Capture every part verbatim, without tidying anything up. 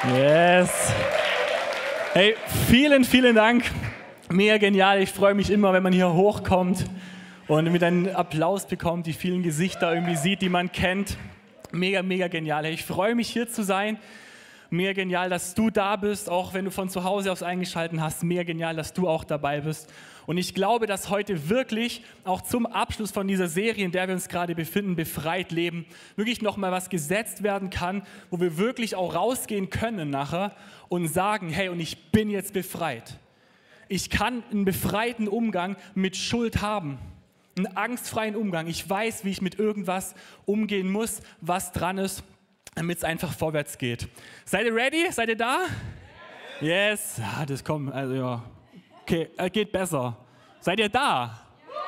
Yes. Hey, vielen, vielen Dank. Mega genial. Ich freue mich immer, wenn man hier hochkommt und mit einem Applaus bekommt, die vielen Gesichter irgendwie sieht, die man kennt. Mega, mega genial. Hey, ich freue mich, hier zu sein. Mega genial, dass du da bist, auch wenn du von zu Hause aus eingeschaltet hast. Mega genial, dass du auch dabei bist. Und ich glaube, dass heute wirklich auch zum Abschluss von dieser Serie, in der wir uns gerade befinden, befreit leben, wirklich nochmal was gesetzt werden kann, wo wir wirklich auch rausgehen können nachher und sagen, hey, und ich bin jetzt befreit. Ich kann einen befreiten Umgang mit Schuld haben, einen angstfreien Umgang. Ich weiß, wie ich mit irgendwas umgehen muss, was dran ist, damit es einfach vorwärts geht. Seid ihr ready? Seid ihr da? Yes. Ja, das kommt, also ja. Okay, geht besser. Seid ihr da?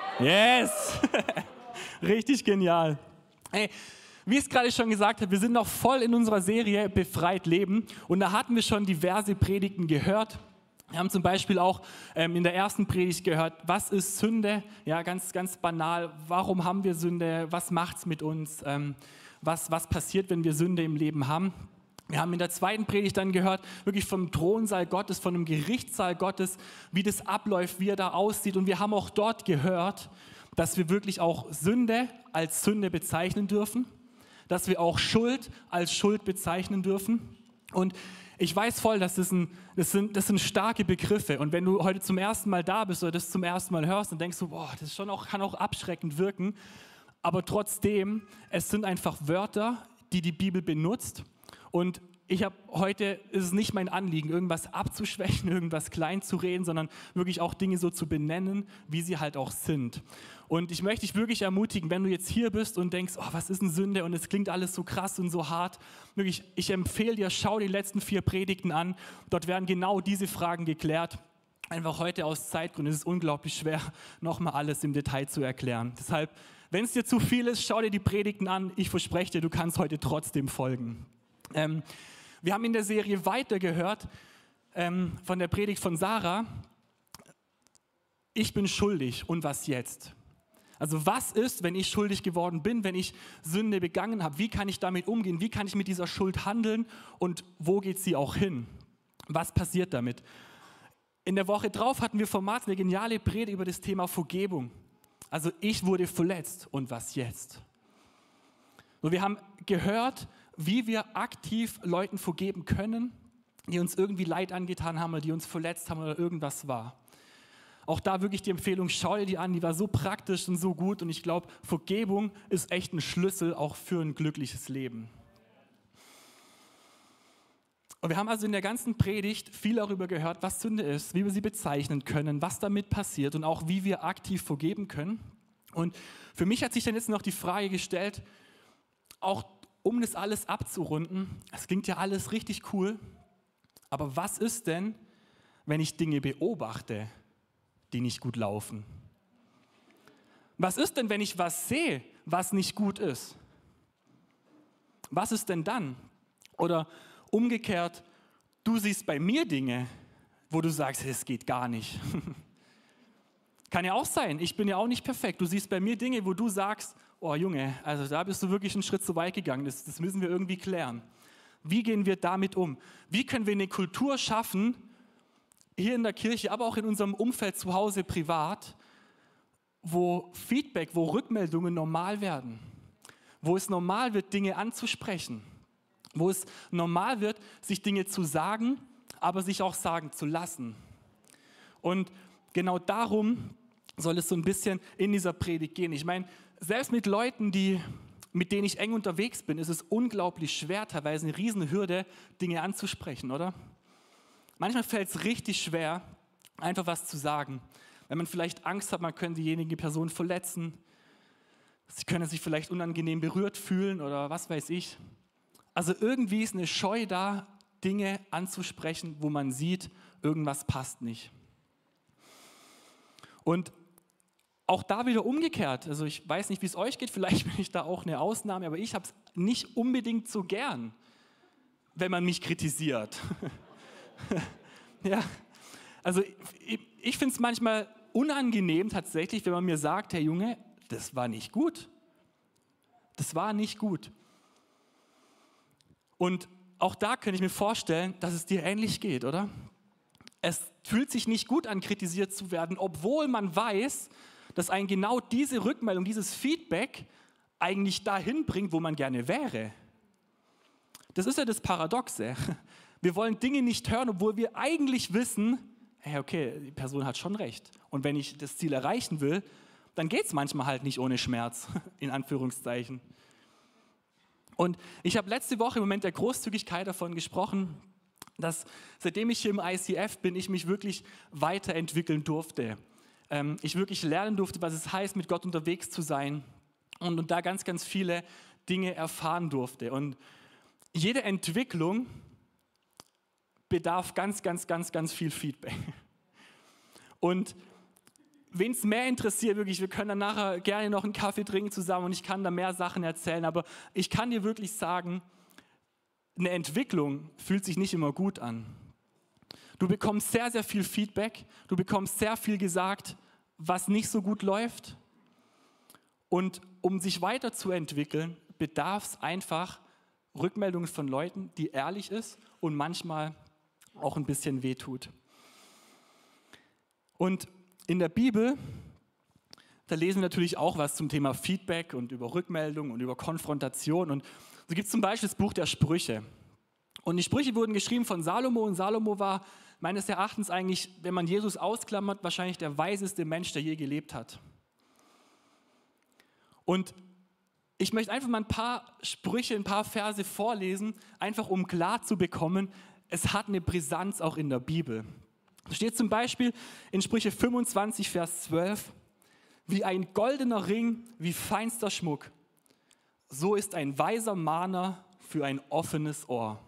Yes. Richtig genial. Hey, wie ich es gerade schon gesagt habe, wir sind noch voll in unserer Serie Befreit Leben und da hatten wir schon diverse Predigten gehört. Wir haben zum Beispiel auch ähm, in der ersten Predigt gehört, was ist Sünde? Ja, ganz, ganz banal. Warum haben wir Sünde? Was macht es mit uns? Ähm, was, was passiert, wenn wir Sünde im Leben haben? Wir haben in der zweiten Predigt dann gehört, wirklich vom Thronsaal Gottes, von dem Gerichtssaal Gottes, wie das abläuft, wie er da aussieht. Und wir haben auch dort gehört, dass wir wirklich auch Sünde als Sünde bezeichnen dürfen, dass wir auch Schuld als Schuld bezeichnen dürfen. Und ich weiß voll, dass das, ein, das, sind, das sind starke Begriffe. Und wenn du heute zum ersten Mal da bist oder das zum ersten Mal hörst, dann denkst du, boah, das ist schon auch, kann auch abschreckend wirken. Aber trotzdem, es sind einfach Wörter, die die Bibel benutzt. Und ich habe heute, ist es nicht mein Anliegen, irgendwas abzuschwächen, irgendwas klein zu reden, sondern wirklich auch Dinge so zu benennen, wie sie halt auch sind. Und ich möchte dich wirklich ermutigen, wenn du jetzt hier bist und denkst, oh, was ist eine Sünde und es klingt alles so krass und so hart, wirklich, ich empfehle dir, schau die letzten vier Predigten an, dort werden genau diese Fragen geklärt. Einfach heute aus Zeitgründen ist es unglaublich schwer, nochmal alles im Detail zu erklären. Deshalb, wenn es dir zu viel ist, schau dir die Predigten an, ich verspreche dir, du kannst heute trotzdem folgen. Ähm, wir haben in der Serie weitergehört ähm, von der Predigt von Sarah, ich bin schuldig und was jetzt? Also was ist, wenn ich schuldig geworden bin, wenn ich Sünde begangen habe? Wie kann ich damit umgehen? Wie kann ich mit dieser Schuld handeln und wo geht sie auch hin? Was passiert damit? In der Woche drauf hatten wir von Martin eine geniale Predigt über das Thema Vergebung. Also ich wurde verletzt und was jetzt? So, wir haben gehört, wie wir aktiv Leuten vergeben können, die uns irgendwie Leid angetan haben oder die uns verletzt haben oder irgendwas war. Auch da wirklich die Empfehlung, schau dir die an, die war so praktisch und so gut und ich glaube, Vergebung ist echt ein Schlüssel auch für ein glückliches Leben. Und wir haben also in der ganzen Predigt viel darüber gehört, was Sünde ist, wie wir sie bezeichnen können, was damit passiert und auch wie wir aktiv vergeben können. Und für mich hat sich dann jetzt noch die Frage gestellt, auch um das alles abzurunden, es klingt ja alles richtig cool, aber was ist denn, wenn ich Dinge beobachte, die nicht gut laufen? Was ist denn, wenn ich was sehe, was nicht gut ist? Was ist denn dann? Oder umgekehrt, du siehst bei mir Dinge, wo du sagst, es geht gar nicht. Kann ja auch sein, ich bin ja auch nicht perfekt. Du siehst bei mir Dinge, wo du sagst, oh Junge, also da bist du wirklich einen Schritt zu weit gegangen, das, das müssen wir irgendwie klären. Wie gehen wir damit um? Wie können wir eine Kultur schaffen, hier in der Kirche, aber auch in unserem Umfeld zu Hause privat, wo Feedback, wo Rückmeldungen normal werden, wo es normal wird, Dinge anzusprechen, wo es normal wird, sich Dinge zu sagen, aber sich auch sagen zu lassen. Und genau darum soll es so ein bisschen in dieser Predigt gehen. Ich meine, selbst mit Leuten, die, mit denen ich eng unterwegs bin, ist es unglaublich schwer, teilweise eine riesen Hürde, Dinge anzusprechen, oder? Manchmal fällt es richtig schwer, einfach was zu sagen. Wenn man vielleicht Angst hat, man könnte diejenige Person verletzen, sie können sich vielleicht unangenehm berührt fühlen oder was weiß ich. Also irgendwie ist eine Scheu da, Dinge anzusprechen, wo man sieht, irgendwas passt nicht. Und auch da wieder umgekehrt, also ich weiß nicht, wie es euch geht, vielleicht bin ich da auch eine Ausnahme, aber ich habe es nicht unbedingt so gern, wenn man mich kritisiert. Ja, also ich, ich finde es manchmal unangenehm tatsächlich, wenn man mir sagt, Herr Junge, das war nicht gut. Das war nicht gut. Und auch da könnte ich mir vorstellen, dass es dir ähnlich geht, oder? Es fühlt sich nicht gut an, kritisiert zu werden, obwohl man weiß, dass einen genau diese Rückmeldung, dieses Feedback eigentlich dahin bringt, wo man gerne wäre. Das ist ja das Paradoxe. Wir wollen Dinge nicht hören, obwohl wir eigentlich wissen, hey, okay, die Person hat schon recht. Und wenn ich das Ziel erreichen will, dann geht es manchmal halt nicht ohne Schmerz, in Anführungszeichen. Und ich habe letzte Woche im Moment der Großzügigkeit davon gesprochen, dass seitdem ich hier im I C F bin, ich mich wirklich weiterentwickeln durfte. Ähm, ich wirklich lernen durfte, was es heißt, mit Gott unterwegs zu sein und, und da ganz, ganz viele Dinge erfahren durfte. Und jede Entwicklung bedarf ganz, ganz, ganz, ganz viel Feedback. Und wen es mehr interessiert, wirklich, wir können dann nachher gerne noch einen Kaffee trinken zusammen und ich kann da mehr Sachen erzählen, aber ich kann dir wirklich sagen, eine Entwicklung fühlt sich nicht immer gut an. Du bekommst sehr, sehr viel Feedback, du bekommst sehr viel gesagt, was nicht so gut läuft. Und um sich weiterzuentwickeln, bedarf es einfach Rückmeldungen von Leuten, die ehrlich ist und manchmal auch ein bisschen wehtut. Und in der Bibel, da lesen wir natürlich auch was zum Thema Feedback und über Rückmeldung und über Konfrontation. Und so gibt es zum Beispiel das Buch der Sprüche. Und die Sprüche wurden geschrieben von Salomo. Und Salomo war meines Erachtens eigentlich, wenn man Jesus ausklammert, wahrscheinlich der weiseste Mensch, der je gelebt hat. Und ich möchte einfach mal ein paar Sprüche, ein paar Verse vorlesen, einfach um klar zu bekommen, es hat eine Brisanz auch in der Bibel. Da steht zum Beispiel in Sprüche fünfundzwanzig, Vers zwölf, wie ein goldener Ring, wie feinster Schmuck, so ist ein weiser Mahner für ein offenes Ohr.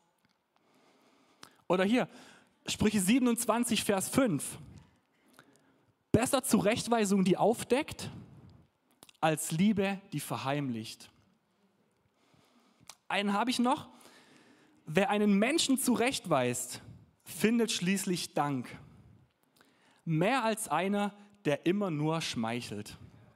Oder hier, Sprüche siebenundzwanzig, Vers fünf, besser Zurechtweisung, die aufdeckt, als Liebe, die verheimlicht. Einen habe ich noch, wer einen Menschen zurechtweist, findet schließlich Dank. Mehr als einer, der immer nur schmeichelt.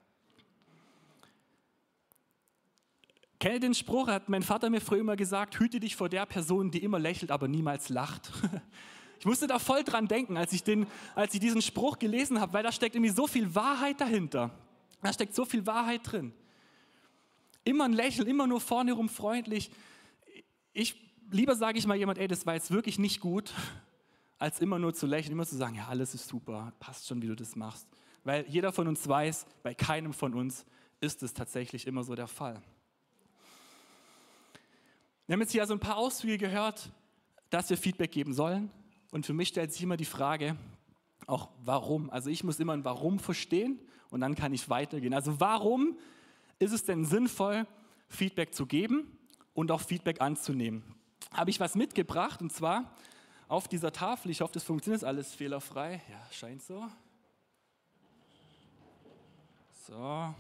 Kennt ihr den Spruch, hat mein Vater mir früher immer gesagt, hüte dich vor der Person, die immer lächelt, aber niemals lacht. Ich musste da voll dran denken, als ich, den, als ich diesen Spruch gelesen habe, weil da steckt irgendwie so viel Wahrheit dahinter. Da steckt so viel Wahrheit drin. Immer ein Lächeln, immer nur vorne rum freundlich. Ich, lieber sage ich mal jemand, ey, das war jetzt wirklich nicht gut, als immer nur zu lächeln, immer zu sagen, ja, alles ist super, passt schon, wie du das machst. Weil jeder von uns weiß, bei keinem von uns ist es tatsächlich immer so der Fall. Wir haben jetzt hier also ein paar Auszüge gehört, dass wir Feedback geben sollen. Und für mich stellt sich immer die Frage, auch warum. Also ich muss immer ein Warum verstehen und dann kann ich weitergehen. Also warum ist es denn sinnvoll, Feedback zu geben und auch Feedback anzunehmen? Habe ich was mitgebracht und zwar auf dieser Tafel, ich hoffe, das funktioniert alles fehlerfrei. Ja, scheint so. So. Ja.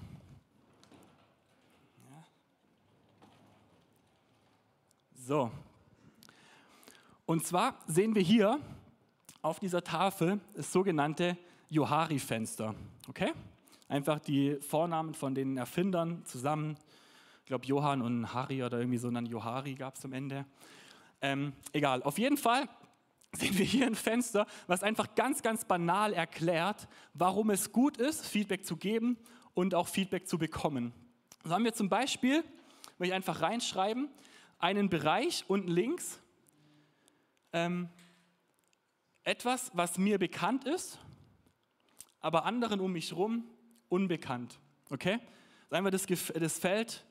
So. Und zwar sehen wir hier auf dieser Tafel das sogenannte Johari-Fenster. Okay? Einfach die Vornamen von den Erfindern zusammen. Ich glaube, Johann und Hari oder irgendwie so, dann Johari gab es am Ende. Ähm, egal, auf jeden Fall sehen wir hier ein Fenster, was einfach ganz, ganz banal erklärt, warum es gut ist, Feedback zu geben und auch Feedback zu bekommen. So haben wir zum Beispiel, will ich einfach reinschreiben, einen Bereich unten links, ähm, etwas, was mir bekannt ist, aber anderen um mich herum unbekannt. Okay? Sagen wir das, das Feld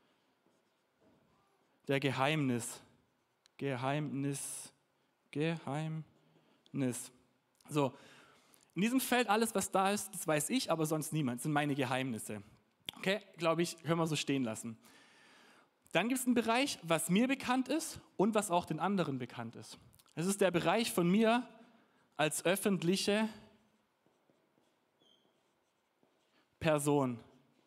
der Geheimnis. Geheimnis. Geheimnis. So, in diesem Feld, alles, was da ist, das weiß ich, aber sonst niemand. Das sind meine Geheimnisse. Okay, glaube ich, können wir so stehen lassen. Dann gibt es einen Bereich, was mir bekannt ist und was auch den anderen bekannt ist. Das ist der Bereich von mir als öffentliche Person.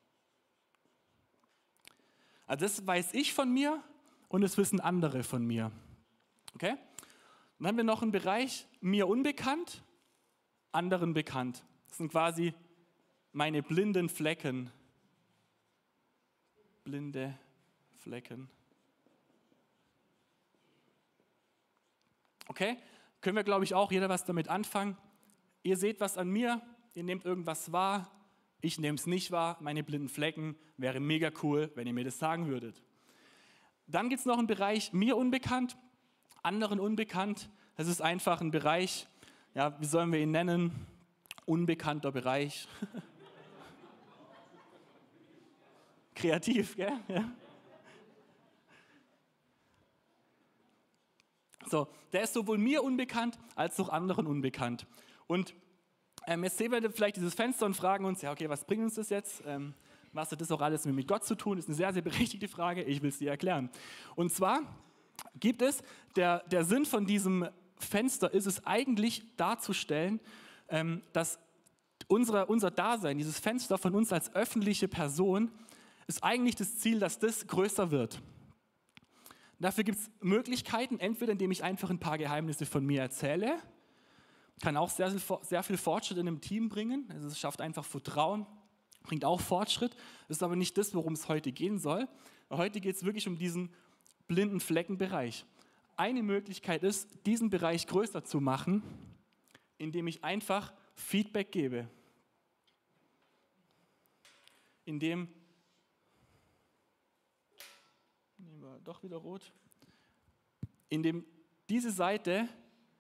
Also das weiß ich von mir und das wissen andere von mir. Okay? Dann haben wir noch einen Bereich, mir unbekannt, anderen bekannt. Das sind quasi meine blinden Flecken. Blinde Flecken. Okay? Können wir, glaube ich, auch jeder was damit anfangen. Ihr seht was an mir, ihr nehmt irgendwas wahr, ich nehme es nicht wahr, meine blinden Flecken, wäre mega cool, wenn ihr mir das sagen würdet. Dann gibt es noch einen Bereich, mir unbekannt, anderen unbekannt. Das ist einfach ein Bereich, ja, wie sollen wir ihn nennen? Unbekannter Bereich. Kreativ, gell? Ja. So, der ist sowohl mir unbekannt, als auch anderen unbekannt. Und ähm, jetzt sehen wir vielleicht dieses Fenster und fragen uns, ja okay, was bringt uns das jetzt? Ähm, was hat das auch alles mit Gott zu tun? Das ist eine sehr, sehr berechtigte Frage, ich will es dir erklären. Und zwar gibt es, der, der Sinn von diesem Fenster ist es eigentlich darzustellen, ähm, dass unsere, unser Dasein, dieses Fenster von uns als öffentliche Person, ist eigentlich das Ziel, dass das größer wird. Dafür gibt es Möglichkeiten, entweder indem ich einfach ein paar Geheimnisse von mir erzähle, kann auch sehr, sehr viel Fortschritt in einem Team bringen, also es schafft einfach Vertrauen, bringt auch Fortschritt, das ist aber nicht das, worum es heute gehen soll. Heute geht es wirklich um diesen blinden Fleckenbereich. Eine Möglichkeit ist, diesen Bereich größer zu machen, indem ich einfach Feedback gebe. Indem Nehmen wir doch wieder rot. Indem diese Seite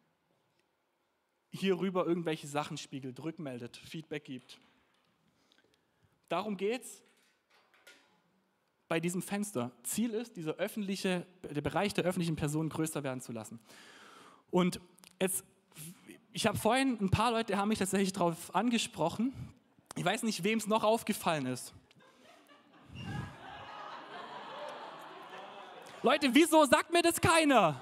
hier rüber irgendwelche Sachen spiegelt, rückmeldet, Feedback gibt. Darum geht es bei diesem Fenster. Ziel ist, dieser öffentliche, der Bereich der öffentlichen Person größer werden zu lassen. Und jetzt, ich habe vorhin, ein paar Leute haben mich tatsächlich darauf angesprochen. Ich weiß nicht, wem es noch aufgefallen ist. Leute, wieso sagt mir das keiner?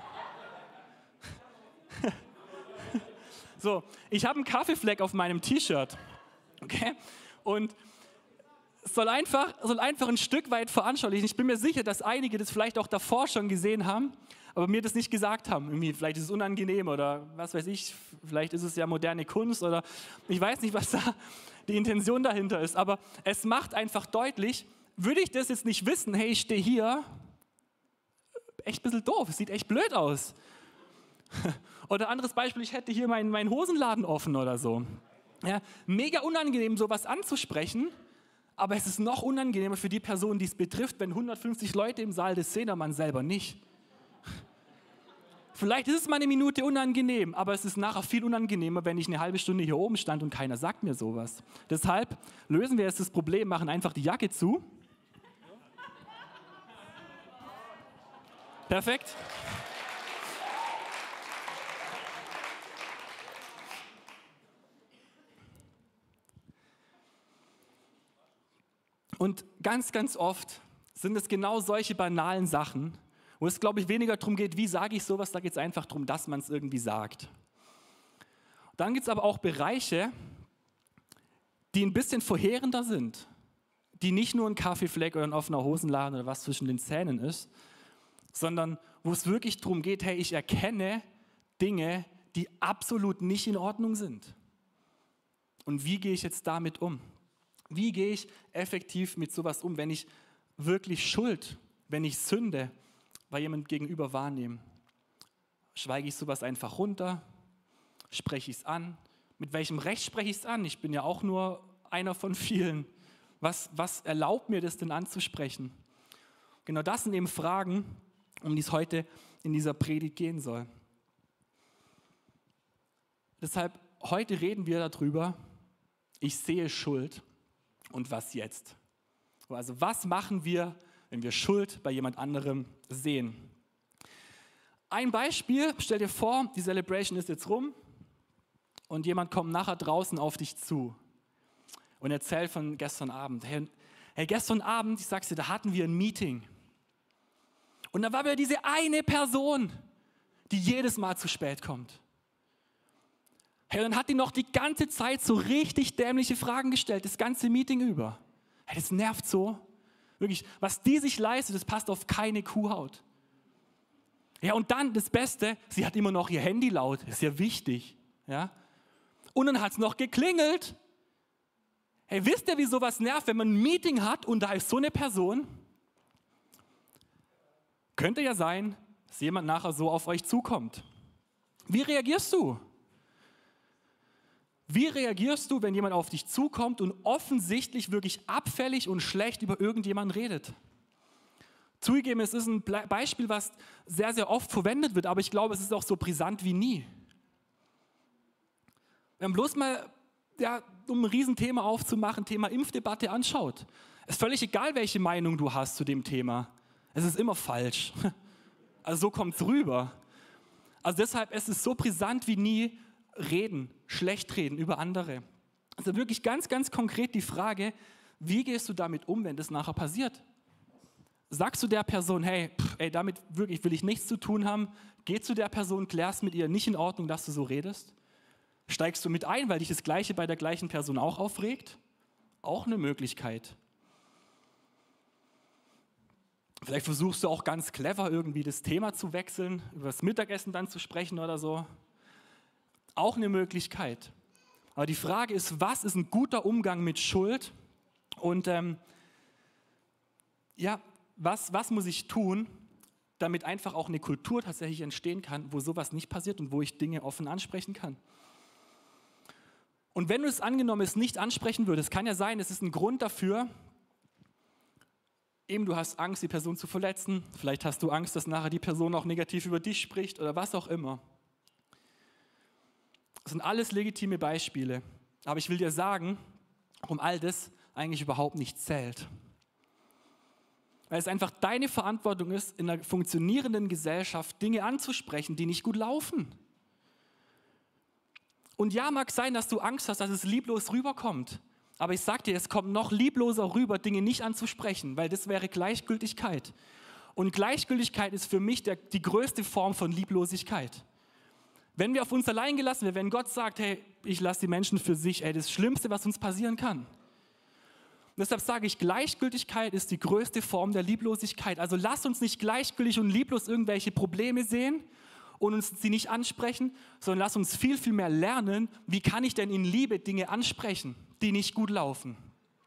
So, ich habe einen Kaffeefleck auf meinem T-Shirt, okay? Und es soll einfach, soll einfach ein Stück weit veranschaulichen. Ich bin mir sicher, dass einige das vielleicht auch davor schon gesehen haben, aber mir das nicht gesagt haben. Irgendwie, vielleicht ist es unangenehm oder was weiß ich, vielleicht ist es ja moderne Kunst oder ich weiß nicht, was da die Intention dahinter ist, aber es macht einfach deutlich, würde ich das jetzt nicht wissen, hey, ich stehe hier, echt ein bisschen doof, es sieht echt blöd aus. Oder anderes Beispiel, ich hätte hier meinen, meinen Hosenladen offen oder so. Ja, mega unangenehm, sowas anzusprechen, aber es ist noch unangenehmer für die Person, die es betrifft, wenn hundertfünfzig Leute im Saal das sehen, aber man selber nicht. Vielleicht ist es mal eine Minute unangenehm, aber es ist nachher viel unangenehmer, wenn ich eine halbe Stunde hier oben stand und keiner sagt mir sowas. Deshalb lösen wir jetzt das Problem, machen einfach die Jacke zu. Perfekt. Und ganz, ganz oft sind es genau solche banalen Sachen, wo es, glaube ich, weniger darum geht, wie sage ich sowas, da geht es einfach darum, dass man es irgendwie sagt. Dann gibt es aber auch Bereiche, die ein bisschen verheerender sind, die nicht nur ein Kaffeefleck oder ein offener Hosenladen oder was zwischen den Zähnen ist, sondern wo es wirklich darum geht, hey, ich erkenne Dinge, die absolut nicht in Ordnung sind. Und wie gehe ich jetzt damit um? Wie gehe ich effektiv mit sowas um, wenn ich wirklich Schuld, wenn ich Sünde bei jemandem gegenüber wahrnehme? Schweige ich sowas einfach runter? Spreche ich es an? Mit welchem Recht spreche ich es an? Ich bin ja auch nur einer von vielen. Was, was erlaubt mir das denn anzusprechen? Genau das sind eben Fragen, um die es heute in dieser Predigt gehen soll. Deshalb, heute reden wir darüber, ich sehe Schuld und was jetzt? Also was machen wir, wenn wir Schuld bei jemand anderem sehen? Ein Beispiel, stell dir vor, die Celebration ist jetzt rum und jemand kommt nachher draußen auf dich zu und erzählt von gestern Abend. Hey, hey gestern Abend, ich sag's dir, da hatten wir ein Meeting. Und da war wieder diese eine Person, die jedes Mal zu spät kommt. Hey, dann hat die noch die ganze Zeit so richtig dämliche Fragen gestellt, das ganze Meeting über. Hey, das nervt so. Wirklich, was die sich leistet, das passt auf keine Kuhhaut. Ja, und dann das Beste, sie hat immer noch ihr Handy laut, das ist ja wichtig. Ja? Und dann hat es noch geklingelt. Hey, wisst ihr, wie sowas nervt, wenn man ein Meeting hat und da ist so eine Person? Könnte ja sein, dass jemand nachher so auf euch zukommt. Wie reagierst du? Wie reagierst du, wenn jemand auf dich zukommt und offensichtlich wirklich abfällig und schlecht über irgendjemanden redet? Zugegeben, es ist ein Beispiel, was sehr, sehr oft verwendet wird, aber ich glaube, es ist auch so brisant wie nie. Wenn man bloß mal, ja, um ein Riesenthema aufzumachen, Thema Impfdebatte anschaut. Es ist völlig egal, welche Meinung du hast zu dem Thema. Es ist immer falsch. Also so kommt es rüber. Also deshalb ist es so brisant wie nie, reden, schlecht reden über andere. Also wirklich ganz, ganz konkret die Frage, wie gehst du damit um, wenn das nachher passiert? Sagst du der Person, hey, pff, ey, damit wirklich will ich nichts zu tun haben, geh zu der Person, klärst mit ihr, nicht in Ordnung, dass du so redest? Steigst du mit ein, weil dich das Gleiche bei der gleichen Person auch aufregt? Auch eine Möglichkeit. Vielleicht versuchst du auch ganz clever irgendwie das Thema zu wechseln, über das Mittagessen dann zu sprechen oder so. Auch eine Möglichkeit. Aber die Frage ist, was ist ein guter Umgang mit Schuld? Und ähm, ja, was, was muss ich tun, damit einfach auch eine Kultur tatsächlich entstehen kann, wo sowas nicht passiert und wo ich Dinge offen ansprechen kann? Und wenn du es angenommen es nicht ansprechen würdest, kann ja sein, es ist ein Grund dafür, eben du hast Angst, die Person zu verletzen, vielleicht hast du Angst, dass nachher die Person auch negativ über dich spricht oder was auch immer. Das sind alles legitime Beispiele, aber ich will dir sagen, warum all das eigentlich überhaupt nicht zählt. Weil es einfach deine Verantwortung ist, in einer funktionierenden Gesellschaft Dinge anzusprechen, die nicht gut laufen. Und ja, mag sein, dass du Angst hast, dass es lieblos rüberkommt. Aber ich sag dir, es kommt noch liebloser rüber, Dinge nicht anzusprechen, weil das wäre Gleichgültigkeit. Und Gleichgültigkeit ist für mich der, die größte Form von Lieblosigkeit. Wenn wir auf uns allein gelassen werden, wenn Gott sagt, hey, ich lasse die Menschen für sich, ey, das Schlimmste, was uns passieren kann. Und deshalb sage ich, Gleichgültigkeit ist die größte Form der Lieblosigkeit. Also lasst uns nicht gleichgültig und lieblos irgendwelche Probleme sehen und uns sie nicht ansprechen, sondern lasst uns viel, viel mehr lernen, wie kann ich denn in Liebe Dinge ansprechen, die nicht gut laufen.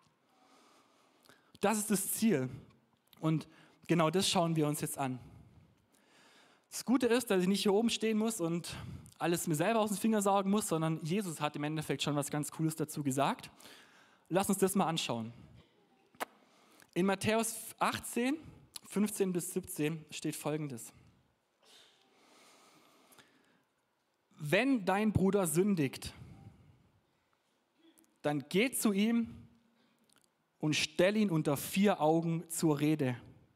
Das ist das Ziel. Und genau das schauen wir uns jetzt an. Das Gute ist, dass ich nicht hier oben stehen muss und alles mir selber aus den Fingern saugen muss, sondern Jesus hat im Endeffekt schon was ganz Cooles dazu gesagt. Lass uns das mal anschauen. In Matthäus achtzehn, fünfzehn bis siebzehn steht Folgendes. Wenn dein Bruder sündigt, dann geh zu ihm und stell ihn unter vier Augen zur Rede.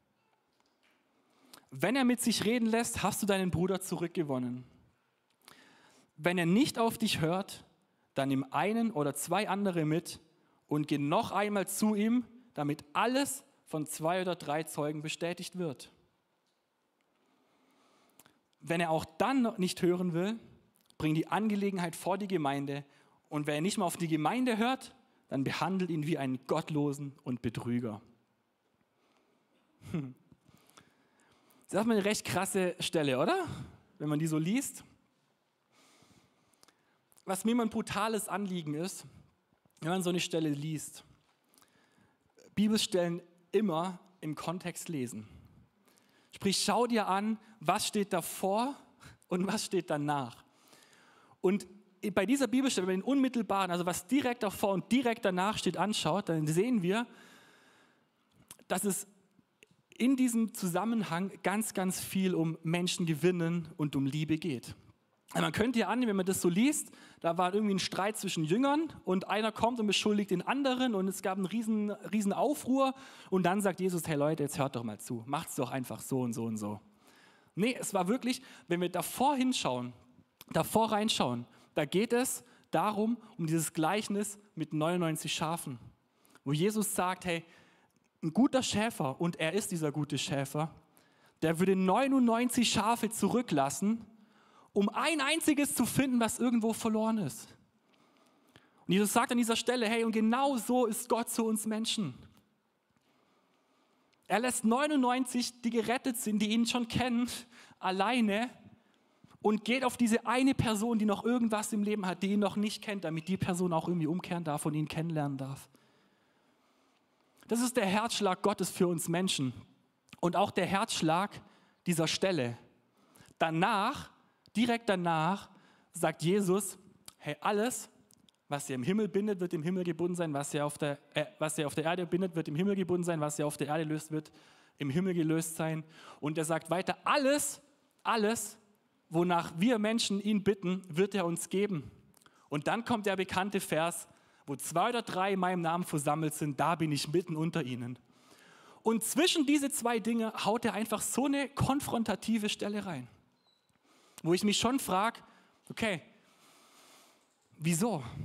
Wenn er mit sich reden lässt, hast du deinen Bruder zurückgewonnen. Wenn er nicht auf dich hört, dann nimm einen oder zwei andere mit und geh noch einmal zu ihm, damit alles von zwei oder drei Zeugen bestätigt wird. Wenn er auch dann noch nicht hören will, bring die Angelegenheit vor die Gemeinde und wer nicht mal auf die Gemeinde hört, dann behandelt ihn wie einen Gottlosen und Betrüger. Hm. Das ist eine recht krasse Stelle, oder? Wenn man die so liest. Was mir immer ein brutales Anliegen ist, wenn man so eine Stelle liest, Bibelstellen immer im Kontext lesen. Sprich, schau dir an, was steht davor und was steht danach. Und bei dieser Bibelstelle, wenn man den unmittelbaren, also was direkt davor und direkt danach steht, anschaut, dann sehen wir, dass es in diesem Zusammenhang ganz, ganz viel um Menschen gewinnen und um Liebe geht. Man könnte ja annehmen, wenn man das so liest, da war irgendwie ein Streit zwischen Jüngern und einer kommt und beschuldigt den anderen und es gab einen riesen, riesen Aufruhr und dann sagt Jesus, hey Leute, jetzt hört doch mal zu, macht's doch einfach so und so und so. Nee, es war wirklich, wenn wir davor hinschauen, davor reinschauen, da geht es darum, um dieses Gleichnis mit neunundneunzig Schafen, wo Jesus sagt, hey, ein guter Schäfer, und er ist dieser gute Schäfer, der würde neunundneunzig Schafe zurücklassen, um ein einziges zu finden, was irgendwo verloren ist. Und Jesus sagt an dieser Stelle, hey, und genau so ist Gott zu uns Menschen. Er lässt neunundneunzig, die gerettet sind, die ihn schon kennen, alleine und geht auf diese eine Person, die noch irgendwas im Leben hat, die ihn noch nicht kennt, damit die Person auch irgendwie umkehren darf und ihn kennenlernen darf. Das ist der Herzschlag Gottes für uns Menschen und auch der Herzschlag dieser Stelle. Danach, Direkt danach sagt Jesus, hey, alles, was ihr im Himmel bindet, wird im Himmel gebunden sein, was ihr auf der, äh, was ihr auf der Erde bindet, wird im Himmel gebunden sein, was ihr auf der Erde löst, wird im Himmel gelöst sein. Und er sagt weiter, alles, alles, wonach wir Menschen ihn bitten, wird er uns geben. Und dann kommt der bekannte Vers, wo zwei oder drei in meinem Namen versammelt sind, da bin ich mitten unter ihnen. Und zwischen diese zwei Dinge haut er einfach so eine konfrontative Stelle rein, wo ich mich schon frage, okay, wieso?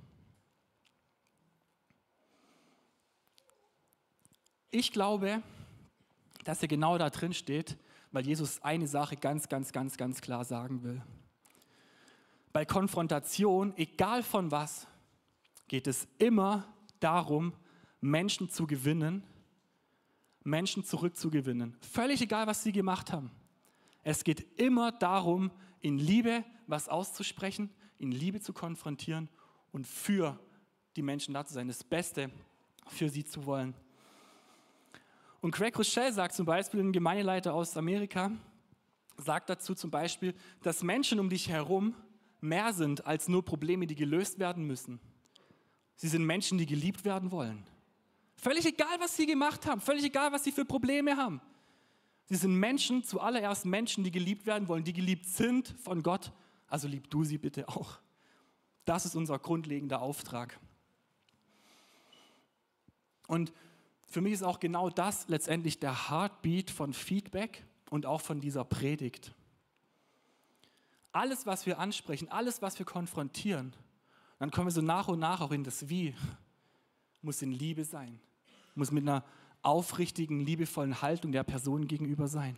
Ich glaube, dass er genau da drin steht, weil Jesus eine Sache ganz, ganz, ganz, ganz klar sagen will. Bei Konfrontation, egal von was, geht es immer darum, Menschen zu gewinnen, Menschen zurückzugewinnen. Völlig egal, was sie gemacht haben. Es geht immer darum, in Liebe was auszusprechen, in Liebe zu konfrontieren und für die Menschen da zu sein, das Beste für sie zu wollen. Und Craig Rochelle sagt zum Beispiel, ein Gemeindeleiter aus Amerika, sagt dazu zum Beispiel, dass Menschen um dich herum mehr sind als nur Probleme, die gelöst werden müssen. Sie sind Menschen, die geliebt werden wollen. Völlig egal, was sie gemacht haben, völlig egal, was sie für Probleme haben. Sie sind Menschen, zuallererst Menschen, die geliebt werden wollen, die geliebt sind von Gott. Also lieb du sie bitte auch. Das ist unser grundlegender Auftrag. Und für mich ist auch genau das letztendlich der Heartbeat von Feedback und auch von dieser Predigt. Alles, was wir ansprechen, alles, was wir konfrontieren, dann kommen wir so nach und nach auch in das Wie, muss in Liebe sein, muss mit einer aufrichtigen, liebevollen Haltung der Person gegenüber sein.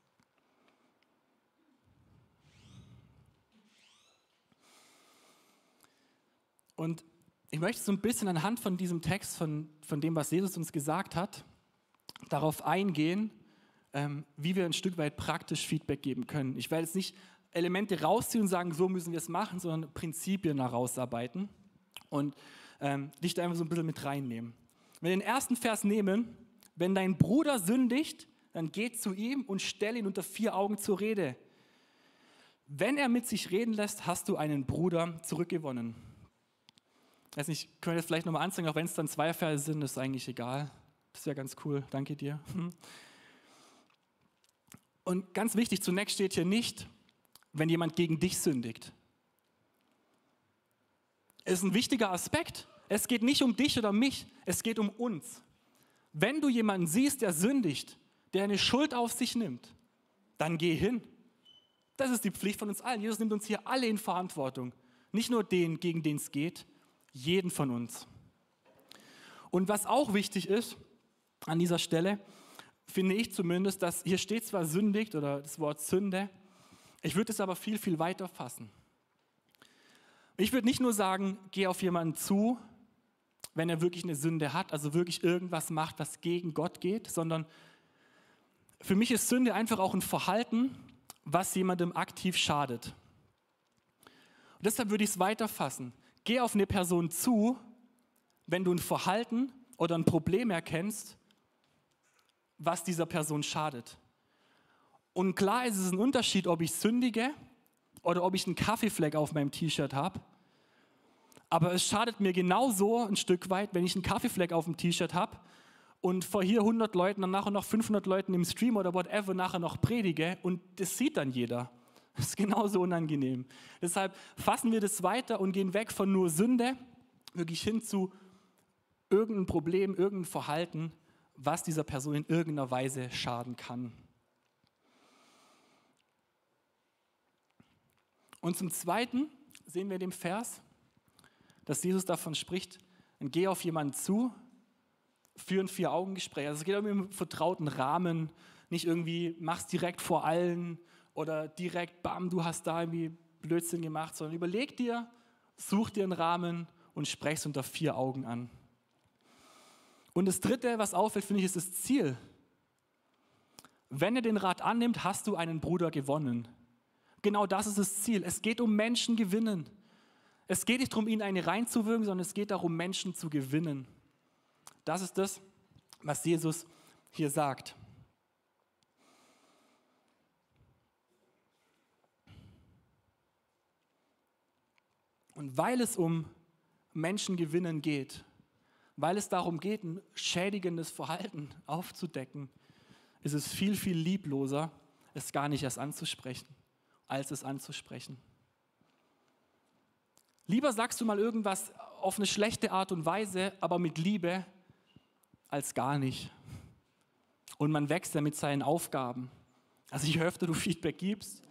Und ich möchte so ein bisschen anhand von diesem Text, von, von dem, was Jesus uns gesagt hat, darauf eingehen, ähm, wie wir ein Stück weit praktisch Feedback geben können. Ich werde jetzt nicht Elemente rausziehen und sagen, so müssen wir es machen, sondern Prinzipien herausarbeiten und ähm, dich da einfach so ein bisschen mit reinnehmen. Wenn wir den ersten Vers nehmen, wenn dein Bruder sündigt, dann geh zu ihm und stell ihn unter vier Augen zur Rede. Wenn er mit sich reden lässt, hast du einen Bruder zurückgewonnen. Ich weiß nicht, können wir das vielleicht nochmal anzeigen, auch wenn es dann zwei Verse sind, ist eigentlich egal. Das wäre ganz cool, danke dir. Und ganz wichtig, zunächst steht hier nicht, wenn jemand gegen dich sündigt. Es ist ein wichtiger Aspekt. Es geht nicht um dich oder mich, es geht um uns. Wenn du jemanden siehst, der sündigt, der eine Schuld auf sich nimmt, dann geh hin. Das ist die Pflicht von uns allen. Jesus nimmt uns hier alle in Verantwortung. Nicht nur den, gegen den es geht, jeden von uns. Und was auch wichtig ist an dieser Stelle, finde ich zumindest, dass hier steht zwar sündigt oder das Wort Sünde, ich würde es aber viel, viel weiter fassen. Ich würde nicht nur sagen, geh auf jemanden zu, wenn er wirklich eine Sünde hat, also wirklich irgendwas macht, was gegen Gott geht, sondern für mich ist Sünde einfach auch ein Verhalten, was jemandem aktiv schadet. Und deshalb würde ich es weiter fassen. Geh auf eine Person zu, wenn du ein Verhalten oder ein Problem erkennst, was dieser Person schadet. Und klar ist es ein Unterschied, ob ich sündige oder ob ich einen Kaffeefleck auf meinem T-Shirt habe. Aber es schadet mir genauso ein Stück weit, wenn ich einen Kaffeefleck auf dem T-Shirt habe und vor hier hundert Leuten und nachher noch fünfhundert Leuten im Stream oder whatever nachher noch predige und das sieht dann jeder. Das ist genauso unangenehm. Deshalb fassen wir das weiter und gehen weg von nur Sünde, wirklich hin zu irgendeinem Problem, irgendeinem Verhalten, was dieser Person in irgendeiner Weise schaden kann. Und zum Zweiten sehen wir in dem Vers, dass Jesus davon spricht, dann geh auf jemanden zu, führ ein Vier-Augen-Gespräch. Also es geht um einen vertrauten Rahmen, nicht irgendwie mach's direkt vor allen oder direkt, bam, du hast da irgendwie Blödsinn gemacht, sondern überleg dir, such dir einen Rahmen und sprech's unter vier Augen an. Und das Dritte, was auffällt, finde ich, ist das Ziel. Wenn er den Rat annimmt, hast du einen Bruder gewonnen. Genau das ist das Ziel. Es geht um Menschen gewinnen. Es geht nicht darum, ihnen eine reinzuwirken, sondern es geht darum, Menschen zu gewinnen. Das ist das, was Jesus hier sagt. Und weil es um Menschengewinnen geht, weil es darum geht, ein schädigendes Verhalten aufzudecken, ist es viel, viel liebloser, es gar nicht erst anzusprechen, als es anzusprechen. Lieber sagst du mal irgendwas auf eine schlechte Art und Weise, aber mit Liebe, als gar nicht. Und man wächst ja mit seinen Aufgaben. Also je öfter du Feedback gibst,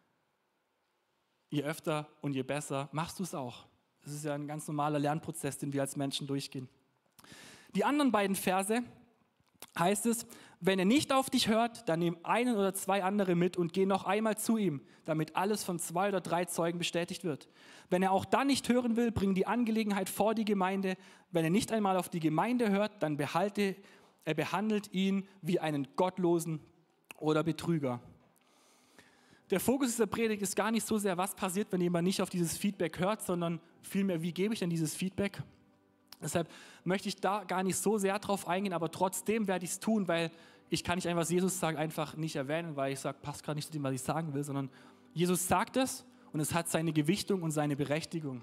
je öfter und je besser machst du es auch. Das ist ja ein ganz normaler Lernprozess, den wir als Menschen durchgehen. Die anderen beiden Verse heißt es, wenn er nicht auf dich hört, dann nimm einen oder zwei andere mit und geh noch einmal zu ihm, damit alles von zwei oder drei Zeugen bestätigt wird. Wenn er auch dann nicht hören will, bring die Angelegenheit vor die Gemeinde. Wenn er nicht einmal auf die Gemeinde hört, dann behalte, er behandelt ihn wie einen Gottlosen oder Betrüger. Der Fokus dieser Predigt ist gar nicht so sehr, was passiert, wenn jemand nicht auf dieses Feedback hört, sondern vielmehr, wie gebe ich denn dieses Feedback? Deshalb möchte ich da gar nicht so sehr drauf eingehen, aber trotzdem werde ich es tun, weil ich kann nicht einfach, was Jesus sagt, einfach nicht erwähnen, weil ich sage, passt gerade nicht zu dem, was ich sagen will, sondern Jesus sagt es und es hat seine Gewichtung und seine Berechtigung.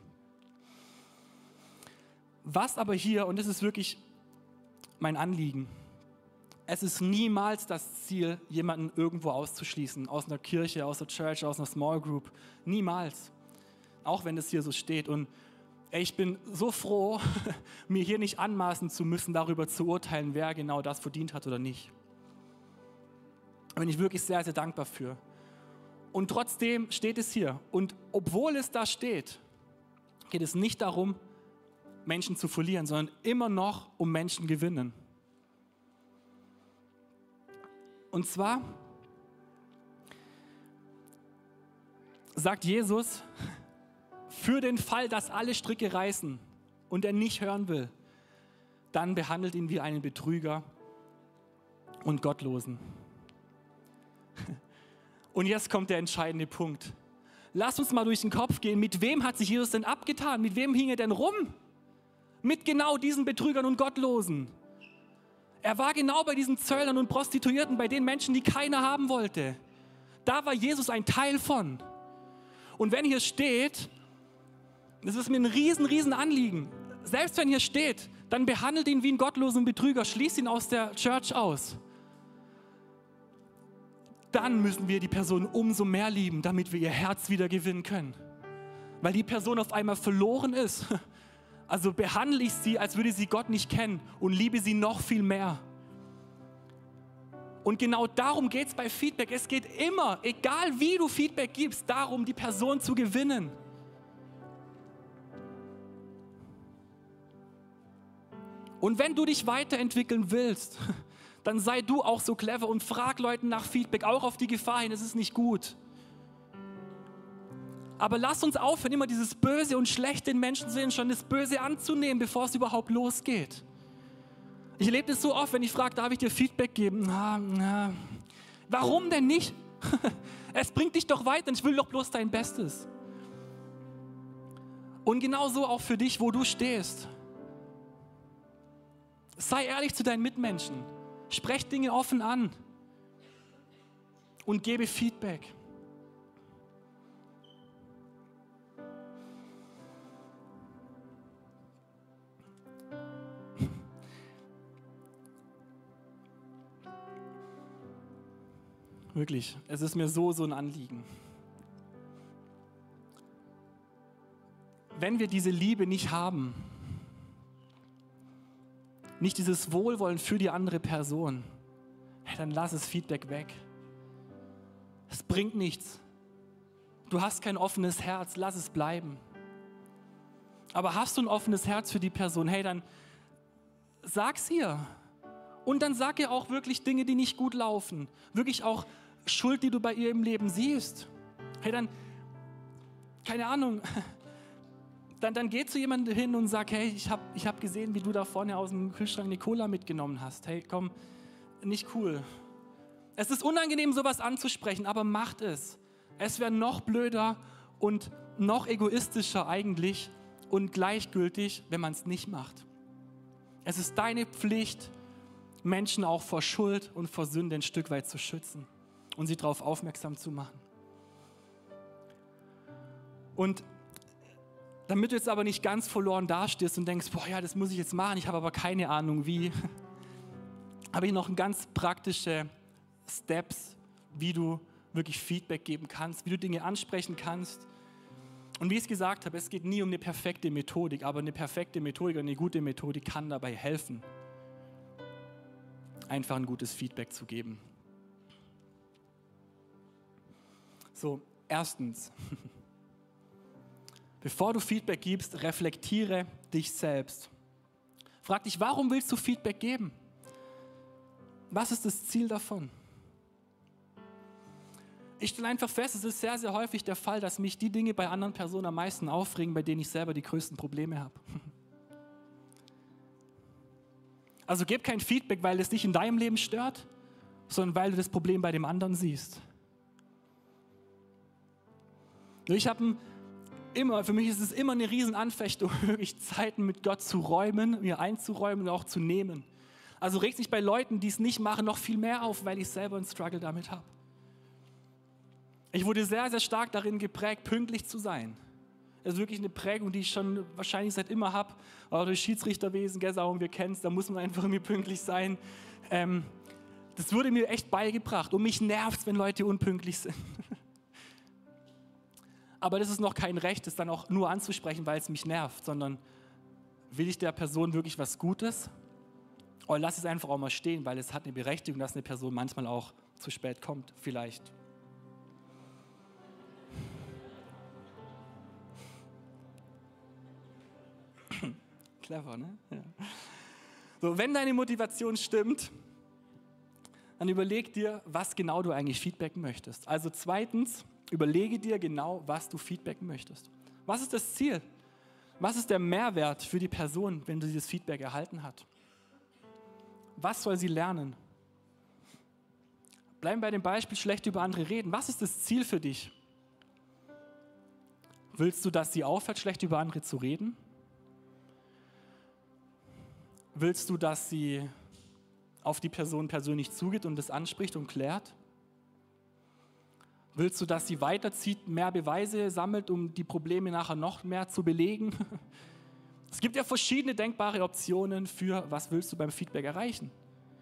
Was aber hier, und das ist wirklich mein Anliegen, es ist niemals das Ziel, jemanden irgendwo auszuschließen, aus einer Kirche, aus einer Church, aus einer Small Group. Niemals. Auch wenn das hier so steht. Und ey, ich bin so froh, mir hier nicht anmaßen zu müssen, darüber zu urteilen, wer genau das verdient hat oder nicht. Da bin ich wirklich sehr, sehr dankbar für. Und trotzdem steht es hier. Und obwohl es da steht, geht es nicht darum, Menschen zu verlieren, sondern immer noch um Menschen gewinnen. Und zwar sagt Jesus, für den Fall, dass alle Stricke reißen und er nicht hören will, dann behandelt ihn wie einen Betrüger und Gottlosen. Und jetzt kommt der entscheidende Punkt. Lass uns mal durch den Kopf gehen. Mit wem hat sich Jesus denn abgetan? Mit wem hing er denn rum? Mit genau diesen Betrügern und Gottlosen. Er war genau bei diesen Zöllnern und Prostituierten, bei den Menschen, die keiner haben wollte. Da war Jesus ein Teil von. Und wenn hier steht, das ist mir ein riesen, riesen Anliegen, selbst wenn hier steht, dann behandelt ihn wie einen gottlosen Betrüger, schließt ihn aus der Church aus. Dann müssen wir die Person umso mehr lieben, damit wir ihr Herz wieder gewinnen können. Weil die Person auf einmal verloren ist. Also behandle ich sie, als würde sie Gott nicht kennen und liebe sie noch viel mehr. Und genau darum geht es bei Feedback. Es geht immer, egal wie du Feedback gibst, darum, die Person zu gewinnen. Und wenn du dich weiterentwickeln willst, dann sei du auch so clever und frag Leuten nach Feedback, auch auf die Gefahr hin, es ist nicht gut. Aber lass uns aufhören, immer dieses Böse und Schlechte in Menschen zu sehen, schon das Böse anzunehmen, bevor es überhaupt losgeht. Ich erlebe das so oft, wenn ich frage, darf ich dir Feedback geben? Na, na. Warum denn nicht? Es bringt dich doch weiter und ich will doch bloß dein Bestes. Und genauso auch für dich, wo du stehst. Sei ehrlich zu deinen Mitmenschen. Sprech Dinge offen an und gebe Feedback. Wirklich, es ist mir so, so ein Anliegen. Wenn wir diese Liebe nicht haben, nicht dieses Wohlwollen für die andere Person, hey, dann lass das Feedback weg. Es bringt nichts. Du hast kein offenes Herz, lass es bleiben. Aber hast du ein offenes Herz für die Person, hey, dann sag's ihr. Und dann sag ihr auch wirklich Dinge, die nicht gut laufen. Wirklich auch Schuld, die du bei ihr im Leben siehst. Hey, dann, keine Ahnung, dann, dann geh zu jemandem hin und sag, hey, ich habe ich hab gesehen, wie du da vorne aus dem Kühlschrank eine Cola mitgenommen hast. Hey, komm, nicht cool. Es ist unangenehm, sowas anzusprechen, aber macht es. Es wäre noch blöder und noch egoistischer eigentlich und gleichgültig, wenn man es nicht macht. Es ist deine Pflicht, Menschen auch vor Schuld und vor Sünde ein Stück weit zu schützen und sie darauf aufmerksam zu machen. Und damit du jetzt aber nicht ganz verloren dastehst und denkst, boah, ja, das muss ich jetzt machen, ich habe aber keine Ahnung wie, habe ich noch ganz praktische Steps, wie du wirklich Feedback geben kannst, wie du Dinge ansprechen kannst. Und wie ich es gesagt habe, es geht nie um eine perfekte Methodik, aber eine perfekte Methodik und eine gute Methodik kann dabei helfen, einfach ein gutes Feedback zu geben. So, erstens, bevor du Feedback gibst, reflektiere dich selbst. Frag dich, warum willst du Feedback geben? Was ist das Ziel davon? Ich stelle einfach fest, es ist sehr, sehr häufig der Fall, dass mich die Dinge bei anderen Personen am meisten aufregen, bei denen ich selber die größten Probleme habe. Also gib kein Feedback, weil es dich in deinem Leben stört, sondern weil du das Problem bei dem anderen siehst. Ich habe immer, für mich ist es immer eine Riesenanfechtung, wirklich Zeiten mit Gott zu räumen, mir einzuräumen und auch zu nehmen. Also regt sich bei Leuten, die es nicht machen, noch viel mehr auf, weil ich selber einen Struggle damit habe. Ich wurde sehr, sehr stark darin geprägt, pünktlich zu sein. Das ist wirklich eine Prägung, die ich schon wahrscheinlich seit immer habe. Auch durch Schiedsrichterwesen, Gessauung, wir kennen es, da muss man einfach irgendwie pünktlich sein. Ähm, das wurde mir echt beigebracht und mich nervt es, wenn Leute unpünktlich sind. Aber das ist noch kein Recht, das dann auch nur anzusprechen, weil es mich nervt, sondern will ich der Person wirklich was Gutes? Oder lass es einfach auch mal stehen, weil es hat eine Berechtigung, dass eine Person manchmal auch zu spät kommt, vielleicht. Clever, ne? Ja. So, wenn deine Motivation stimmt, dann überleg dir, was genau du eigentlich feedbacken möchtest. Also zweitens, überlege dir genau, was du feedbacken möchtest. Was ist das Ziel? Was ist der Mehrwert für die Person, wenn sie dieses Feedback erhalten hat? Was soll sie lernen? Bleiben bei dem Beispiel schlecht über andere reden. Was ist das Ziel für dich? Willst du, dass sie aufhört, schlecht über andere zu reden? Willst du, dass sie auf die Person persönlich zugeht und das anspricht und klärt? Willst du, dass sie weiterzieht, mehr Beweise sammelt, um die Probleme nachher noch mehr zu belegen? Es gibt ja verschiedene denkbare Optionen für, was willst du beim Feedback erreichen.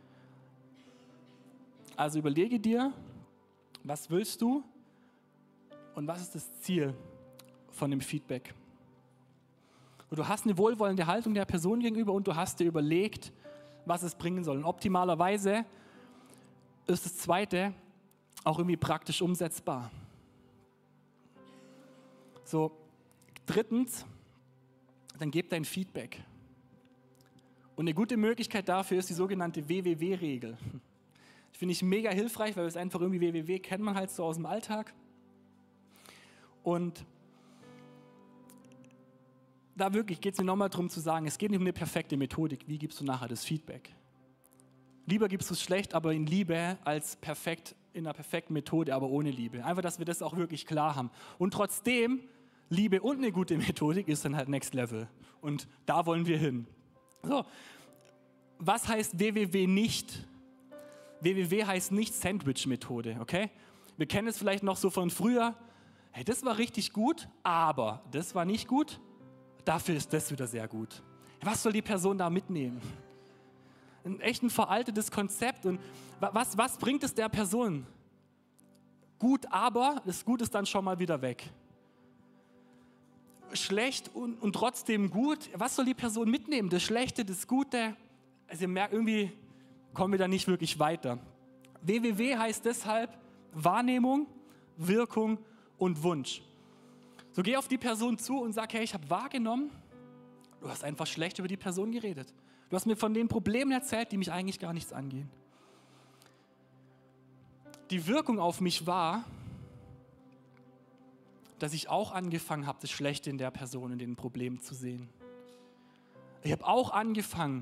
Also überlege dir, was willst du und was ist das Ziel von dem Feedback. Und du hast eine wohlwollende Haltung der Person gegenüber und du hast dir überlegt, was es bringen soll. Und optimalerweise ist das Zweite auch irgendwie praktisch umsetzbar. So, drittens, dann gib dein Feedback. Und eine gute Möglichkeit dafür ist die sogenannte W W W-Regel. Das finde ich mega hilfreich, weil es einfach irgendwie W W W kennt man halt so aus dem Alltag. Und da wirklich geht es mir nochmal darum zu sagen, es geht nicht um eine perfekte Methodik. Wie gibst du nachher das Feedback? Lieber gibst du es schlecht, aber in Liebe, als perfekt in einer perfekten Methode, aber ohne Liebe. Einfach, dass wir das auch wirklich klar haben. Und trotzdem, Liebe und eine gute Methodik ist dann halt Next Level. Und da wollen wir hin. So, was heißt W W W nicht? W W W heißt nicht Sandwich-Methode, okay? Wir kennen es vielleicht noch so von früher. Hey, das war richtig gut, aber das war nicht gut. Dafür ist das wieder sehr gut. Was soll die Person da mitnehmen? Ein echt ein veraltetes Konzept. Und was, was bringt es der Person? Gut, aber das Gut ist dann schon mal wieder weg. Schlecht und, und trotzdem gut. Was soll die Person mitnehmen? Das Schlechte, das Gute. Also ihr merkt, irgendwie kommen wir da nicht wirklich weiter. W W W heißt deshalb Wahrnehmung, Wirkung und Wunsch. So geh auf die Person zu und sag, hey, ich habe wahrgenommen, du hast einfach schlecht über die Person geredet. Du hast mir von den Problemen erzählt, die mich eigentlich gar nichts angehen. Die Wirkung auf mich war, dass ich auch angefangen habe, das Schlechte in der Person, in den Problemen zu sehen. Ich habe auch angefangen,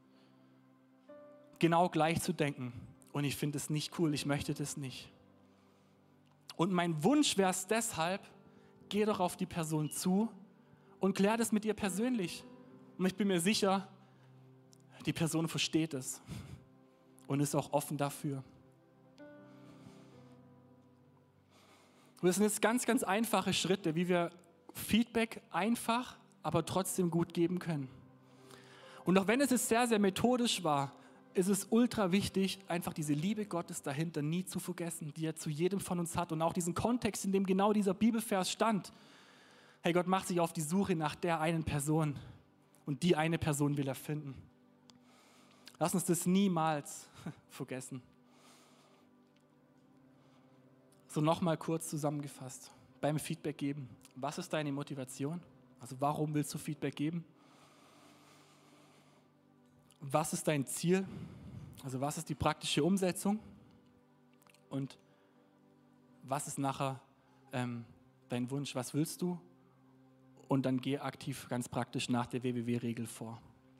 genau gleich zu denken. Und ich finde es nicht cool, ich möchte das nicht. Und mein Wunsch wäre es deshalb, geh doch auf die Person zu und klär das mit ihr persönlich. Und ich bin mir sicher, die Person versteht es und ist auch offen dafür. Und das sind jetzt ganz, ganz einfache Schritte, wie wir Feedback einfach, aber trotzdem gut geben können. Und auch wenn es jetzt sehr, sehr methodisch war, ist es ultra wichtig, einfach diese Liebe Gottes dahinter nie zu vergessen, die er zu jedem von uns hat. Und auch diesen Kontext, in dem genau dieser Bibelvers stand. Hey, Gott macht sich auf die Suche nach der einen Person. Und die eine Person will er finden. Lass uns das niemals vergessen. So nochmal kurz zusammengefasst, beim Feedback geben. Was ist deine Motivation? Also warum willst du Feedback geben? Was ist dein Ziel? Also was ist die praktische Umsetzung? Und was ist nachher ähm, dein Wunsch? Was willst du? Und dann geh aktiv ganz praktisch nach der W W W-Regel vor.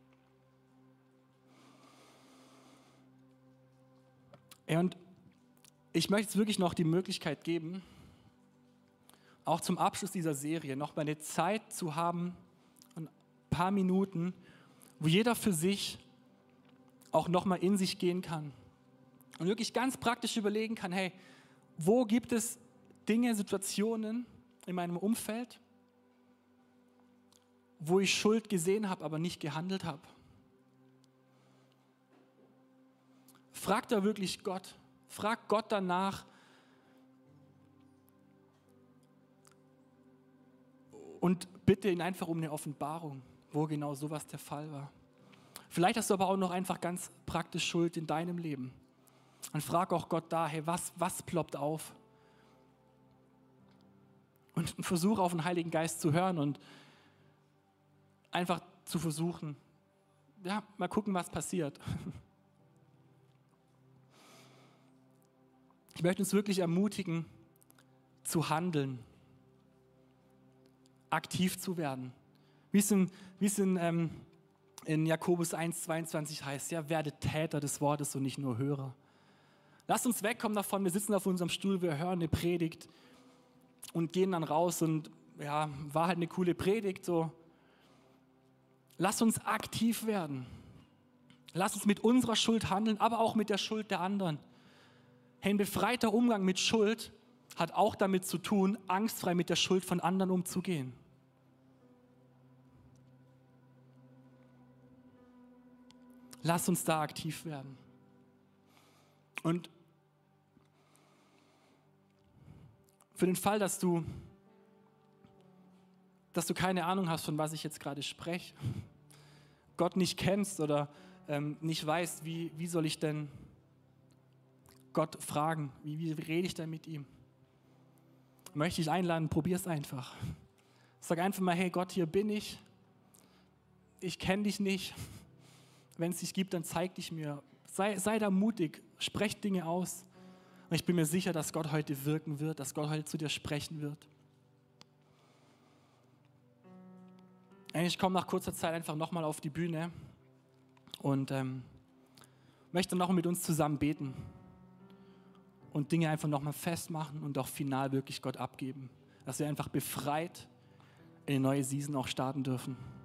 Ja, und ich möchte jetzt wirklich noch die Möglichkeit geben, auch zum Abschluss dieser Serie noch mal eine Zeit zu haben, ein paar Minuten, wo jeder für sich auch noch mal in sich gehen kann und wirklich ganz praktisch überlegen kann, hey, wo gibt es Dinge, Situationen in meinem Umfeld, wo ich Schuld gesehen habe, aber nicht gehandelt habe? Frag da wirklich Gott. Frag Gott danach. Und bitte ihn einfach um eine Offenbarung, wo genau sowas der Fall war. Vielleicht hast du aber auch noch einfach ganz praktisch Schuld in deinem Leben. Und frag auch Gott da, hey, was, was ploppt auf? Und versuch auf den Heiligen Geist zu hören und einfach zu versuchen, ja, mal gucken, was passiert. Ich möchte uns wirklich ermutigen, zu handeln, aktiv zu werden. Wie es in, wie es in, ähm, in Jakobus eins zweiundzwanzig heißt, ja, werdet Täter des Wortes und nicht nur Hörer. Lasst uns wegkommen davon, wir sitzen auf unserem Stuhl, wir hören eine Predigt und gehen dann raus und ja, war halt eine coole Predigt. So. Lasst uns aktiv werden. Lasst uns mit unserer Schuld handeln, aber auch mit der Schuld der anderen. Hey, ein befreiter Umgang mit Schuld hat auch damit zu tun, angstfrei mit der Schuld von anderen umzugehen. Lass uns da aktiv werden. Und für den Fall, dass du, dass du keine Ahnung hast, von was ich jetzt gerade spreche, Gott nicht kennst oder ähm, nicht weißt, wie, wie soll ich denn Gott fragen, wie, wie rede ich denn mit ihm? Möchte ich einladen, probier es einfach. Sag einfach mal, hey Gott, hier bin ich. Ich kenne dich nicht. Wenn es dich gibt, dann zeig dich mir. Sei, sei da mutig, sprech Dinge aus. Und ich bin mir sicher, dass Gott heute wirken wird, dass Gott heute zu dir sprechen wird. Ich komme nach kurzer Zeit einfach nochmal auf die Bühne und ähm, möchte noch mit uns zusammen beten und Dinge einfach nochmal festmachen und auch final wirklich Gott abgeben. Dass wir einfach befreit in eine neue Season auch starten dürfen.